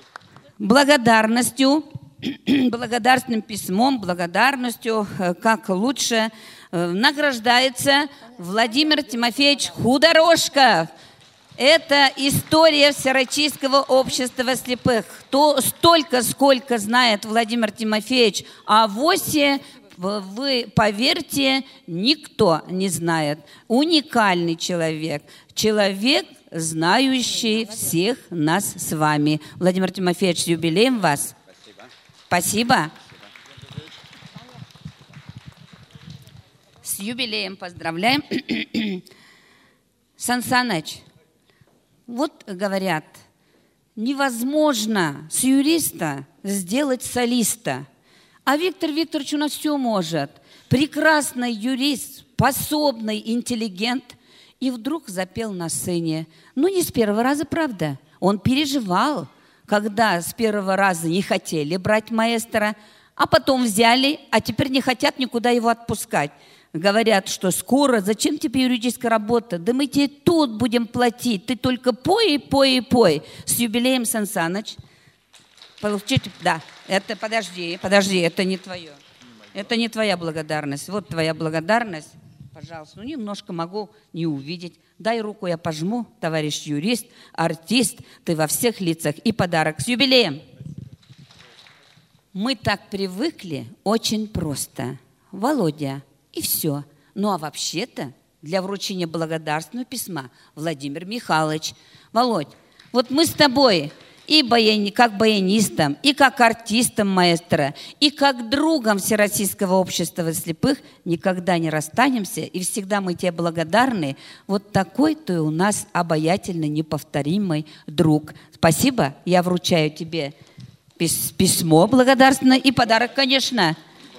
Благодарностью, благодарственным письмом, благодарностью, как лучше, награждается Владимир Тимофеевич Худорожков. Это история Всероссийского общества слепых. То столько, сколько знает Владимир Тимофеевич о ВОСе, вы поверьте, никто не знает. Уникальный человек. Человек, знающий всех нас с вами. Владимир Тимофеевич, с юбилеем вас. Спасибо. С юбилеем поздравляем. Сан Саныч, вот говорят, невозможно с юриста сделать солиста. А Виктор Викторович у нас все может. Прекрасный юрист, способный, интеллигент. И вдруг запел на сцене. Ну, не с первого раза, правда. Он переживал, когда с первого раза не хотели брать маэстро, а потом взяли, а теперь не хотят никуда его отпускать. Говорят, что скоро, зачем тебе юридическая работа? Да мы тебе тут будем платить, ты только пой и пой и пой. С юбилеем, Сан Саныч. Получите, да, это, подожди, это не твое. Это не твоя благодарность. Вот твоя благодарность. Пожалуйста, ну немножко могу не увидеть. Дай руку, я пожму, товарищ юрист, артист, ты во всех лицах. И подарок с юбилеем. Мы так привыкли, очень просто. Володя, и все. Ну а вообще-то для вручения благодарственного письма Владимир Михайлович. Володь, вот мы с тобой и как баянистом, и как артистом маэстро, и как другом Всероссийского общества слепых никогда не расстанемся, и всегда мы тебе благодарны. Вот такой ты у нас обаятельный, неповторимый друг. Спасибо, я вручаю тебе письмо благодарственное и подарок, конечно.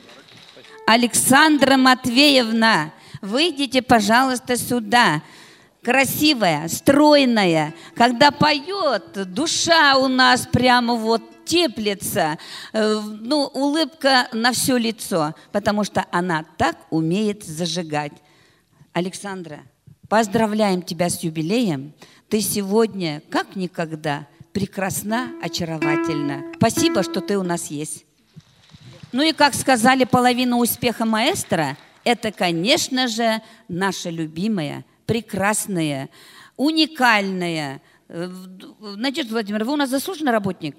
Александра Матвеевна, выйдите, пожалуйста, сюда. Красивая, стройная, когда поет, душа у нас прямо вот теплится, ну, улыбка на все лицо, потому что она так умеет зажигать. Александра, поздравляем тебя с юбилеем. Ты сегодня, как никогда, прекрасна, очаровательна. Спасибо, что ты у нас есть. Ну и, как сказали, половина успеха маэстро – это, конечно же, наша любимая, прекрасная, уникальная. Надежда Владимировна, вы у нас заслуженный работник?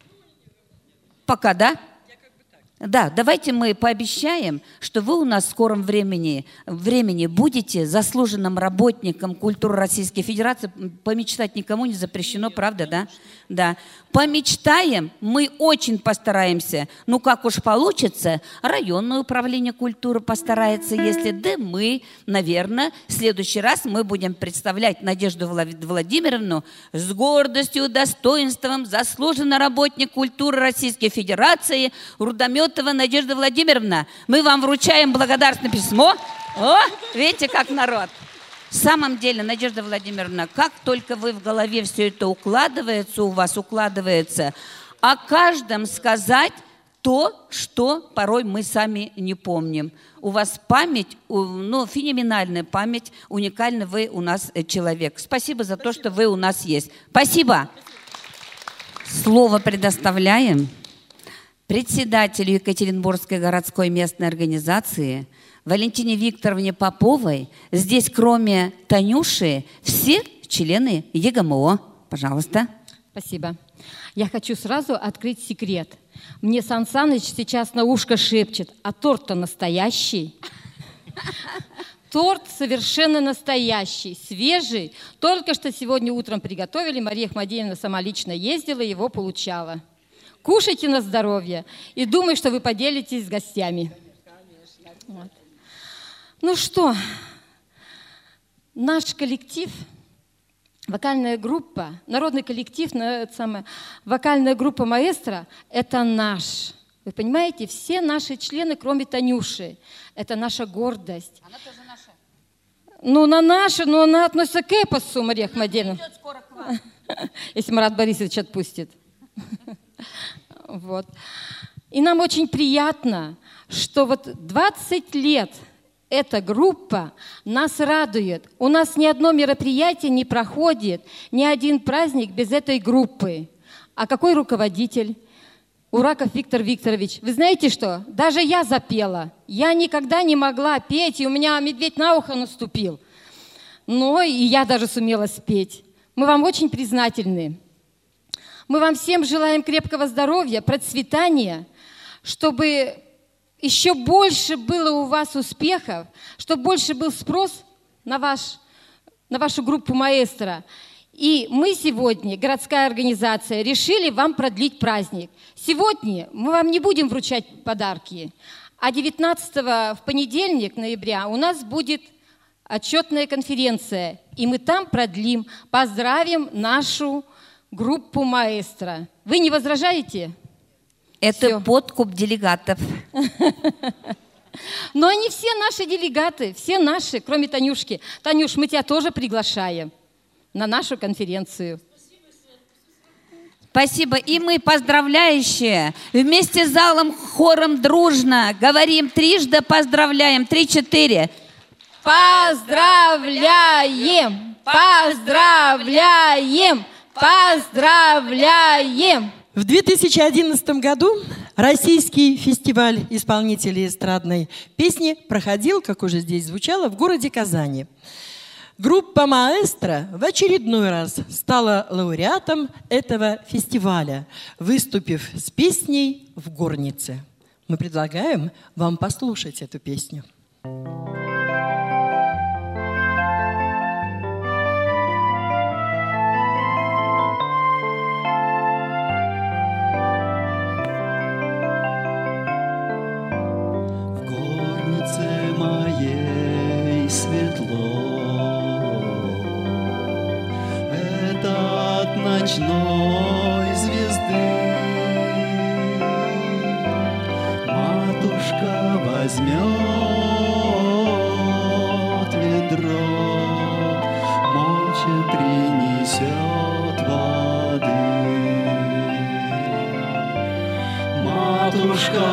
Пока, да? Да, давайте мы пообещаем, что вы у нас в скором времени будете заслуженным работником культуры Российской Федерации. Помечтать никому не запрещено, правда, да? Да. Помечтаем, мы очень постараемся. Ну, как уж получится, районное управление культуры постарается, если да мы, наверное, в следующий раз мы будем представлять Надежду Владимировну с гордостью, достоинством, заслуженный работник культуры Российской Федерации, Рудометова Надежда Владимировна. Мы вам вручаем благодарственное письмо. О, видите, как народ. В самом деле, Надежда Владимировна, как только вы в голове все это укладывается, у вас укладывается, о каждом сказать то, что порой мы сами не помним. У вас память, ну, феноменальная память, уникальный вы у нас человек. Спасибо за то, что вы у нас есть. Спасибо. Слово предоставляем председателю Екатеринбургской городской местной организации Валентине Викторовне Поповой. Здесь, кроме Танюши, все члены ЕГМО. Пожалуйста. Спасибо. Я хочу сразу открыть секрет. Мне Сан Саныч сейчас на ушко шепчет, а торт-то настоящий. Торт совершенно настоящий, свежий. Только что сегодня утром приготовили. Мария Ахмадеевна сама лично ездила, его получала. Кушайте на здоровье и думаю, что вы поделитесь с гостями. Вот. Ну что, наш коллектив, вокальная группа, народный коллектив, вокальная группа «Маэстро» – это наш. Вы понимаете, все наши члены, кроме Танюши, это наша гордость. Она тоже наша? Ну, она наша, но она относится к эпосу, Мария Ахмадеевна. Если Марат Борисович отпустит. Вот. И нам очень приятно, что вот 20 лет эта группа нас радует. У нас ни одно мероприятие не проходит, ни один праздник без этой группы. А какой руководитель? Ураков Виктор Викторович. Вы знаете что? Даже я запела. Я никогда не могла петь, и у меня медведь на ухо наступил. Но и я даже сумела спеть. Мы вам очень признательны. Мы вам всем желаем крепкого здоровья, процветания, чтобы еще больше было у вас успехов, чтобы больше был спрос на вашу группу «Маэстро». И мы сегодня, городская организация, решили вам продлить праздник. Сегодня мы вам не будем вручать подарки, а 19 в понедельник, ноября, у нас будет отчетная конференция, и мы там продлим, поздравим нашу группу «Маэстро». Вы не возражаете? Это подкуп делегатов. Но они все наши делегаты, все наши, кроме Танюшки. Танюш, мы тебя тоже приглашаем на нашу конференцию. Спасибо. И мы, поздравляющие, вместе с залом, хором дружно говорим трижды поздравляем. 3-4. Поздравляем! Поздравляем! Поздравляем! В 2011 году Российский фестиваль исполнителей эстрадной песни проходил, как уже здесь звучало, в городе Казани. Группа «Маэстро» в очередной раз стала лауреатом этого фестиваля, выступив с песней «В горнице». Мы предлагаем вам послушать эту песню. Моей светло от ночной звезды матушка возьмет ведро, молча принесет воды. Матушка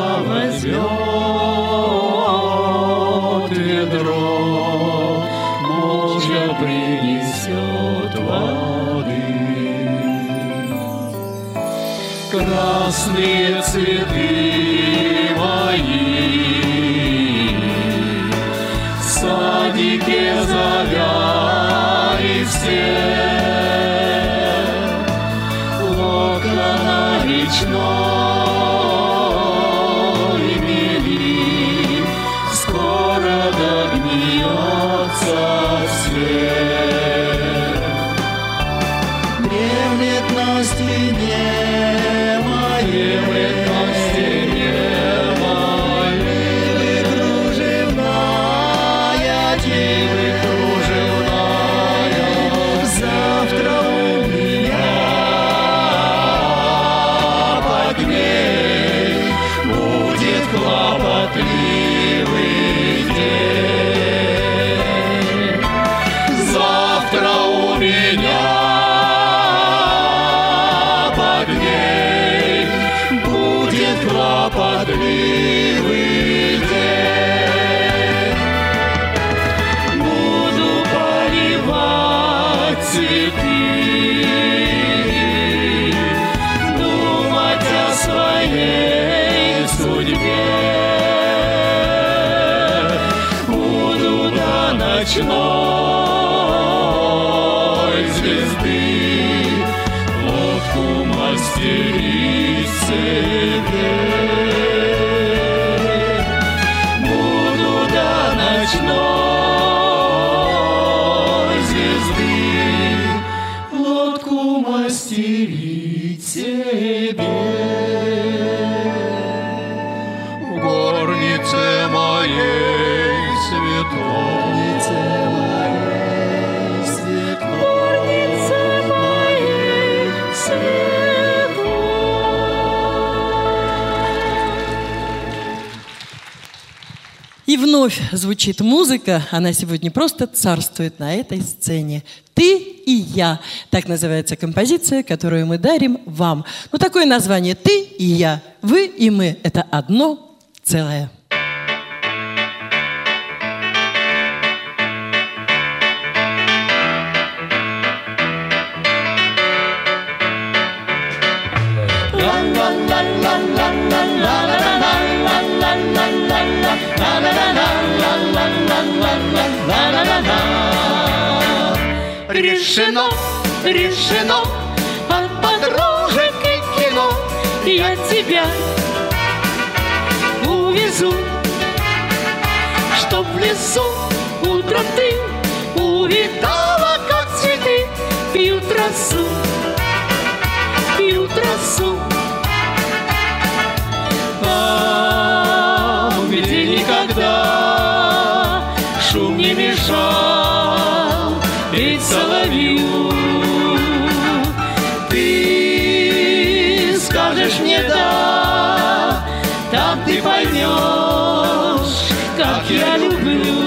возьмет ведро, молча принесет воды. Красные цветы мои в садике завяли все, окна речной мели, скоро догнется свет. Дремлет на стене моей, завтра у меня под ней будет хлопотливый день. Завтра у меня под ней будет хлопотливый день. Буду поливать цветы, думать о своей судьбе. Буду до ночной звезды лодку мастерить себе. Буду до ночной звезды лодку мастерить себе. В горнице моей светло, И вновь звучит музыка, она сегодня просто царствует на этой сцене. «Ты и я» – так называется композиция, которую мы дарим вам. Ну, такое название «Ты и я», «Вы и мы» – это одно целое. Решено, решено, от подружек и кино я тебя увезу, чтоб в лесу утром ты увидала, как цветы пьют росу, пьют росу. Там, где никогда шум не мешал петь соловью. Ты скажешь мне да, там ты поймешь, как я люблю.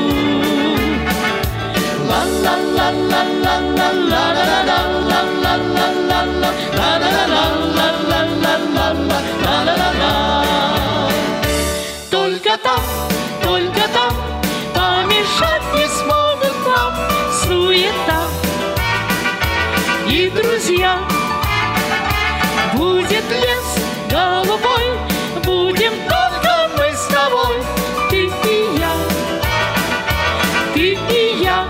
Только там помешать не смогут нам суета и друзья. Будет лес голубой, будем только мы с тобой, ты и я, ты и я.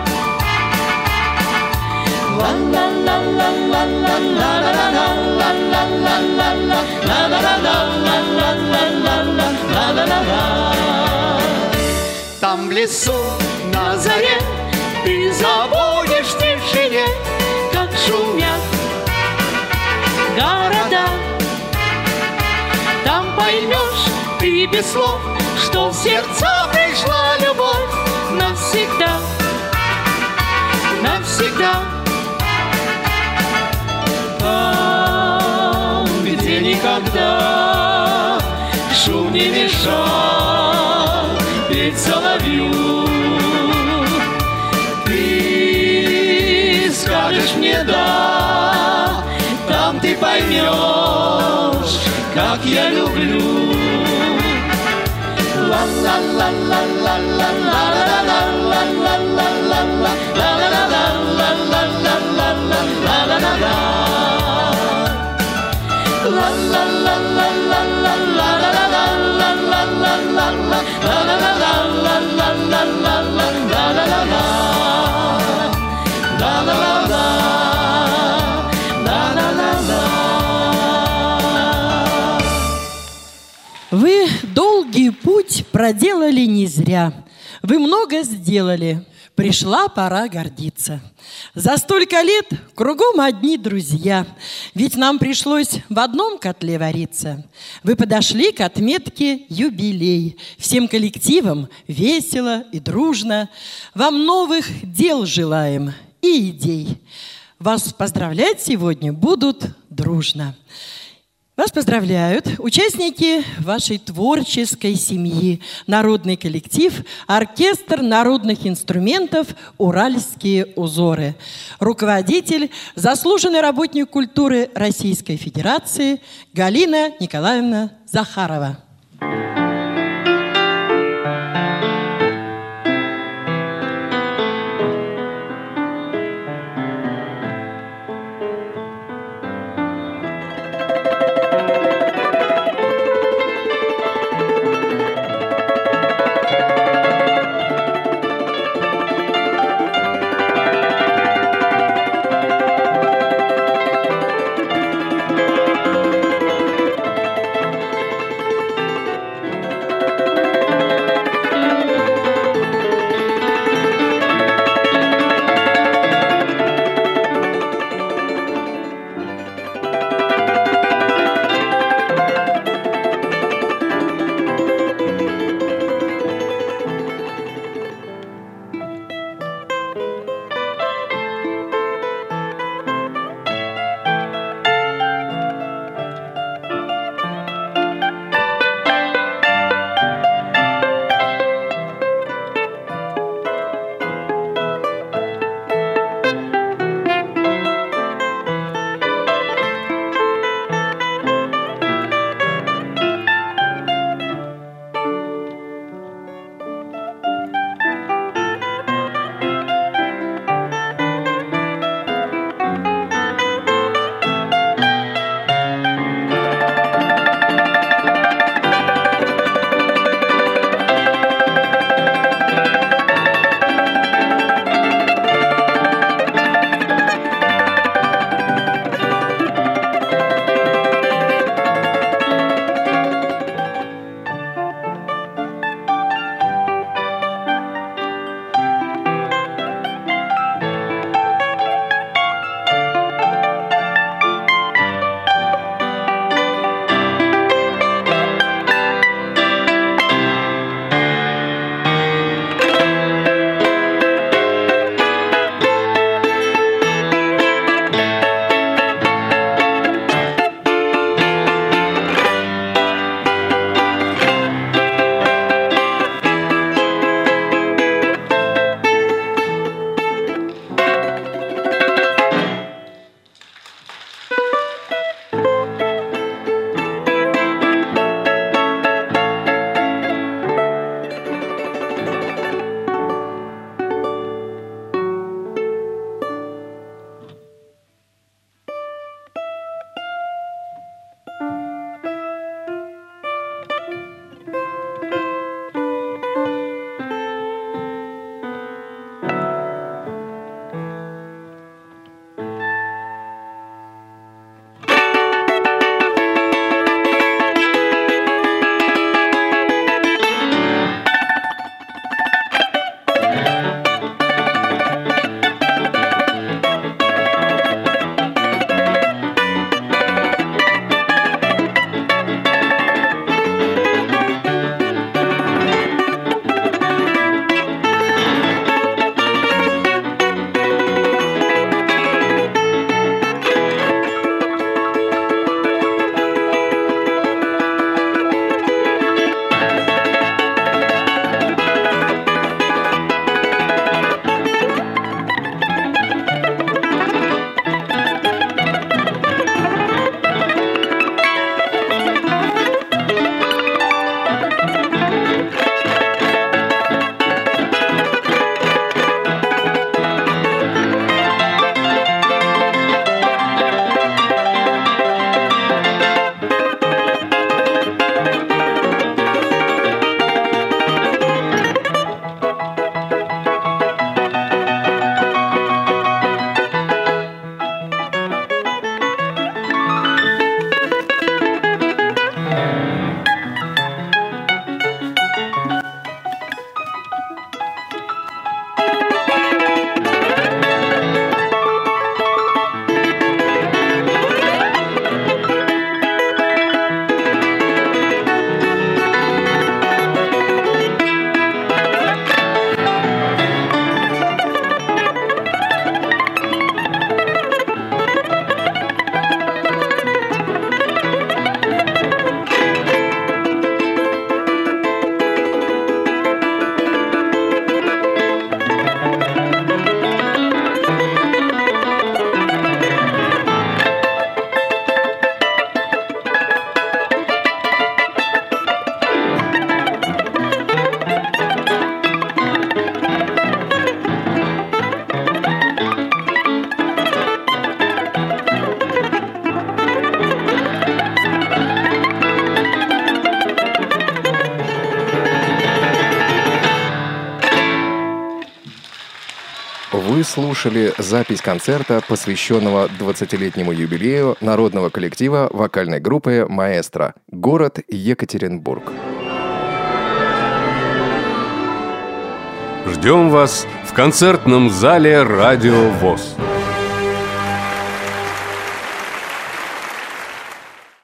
Там в лесу на заре ты забудешь в тишине, как шумят города. Там поймешь ты без слов, что в сердца пришла любовь навсегда, навсегда. Там, где никогда шум не мешал петь соловью, ты скажешь мне да, там ты поймешь, как я люблю. Вы долгий путь проделали не зря. Вы много сделали. Пришла пора гордиться. За столько лет кругом одни друзья. Ведь нам пришлось в одном котле вариться. Вы подошли к отметке юбилей. Всем коллективам весело и дружно. Вам новых дел желаем и идей. Вас поздравлять сегодня будут дружно. Вас поздравляют участники вашей творческой семьи, народный коллектив, оркестр народных инструментов «Уральские узоры», руководитель, заслуженный работник культуры Российской Федерации Галина Николаевна Захарова. прослушали запись концерта, посвященного 20-летнему юбилею народного коллектива вокальной группы «Маэстро», город Екатеринбург. Ждем вас в концертном зале «Радио ВОС».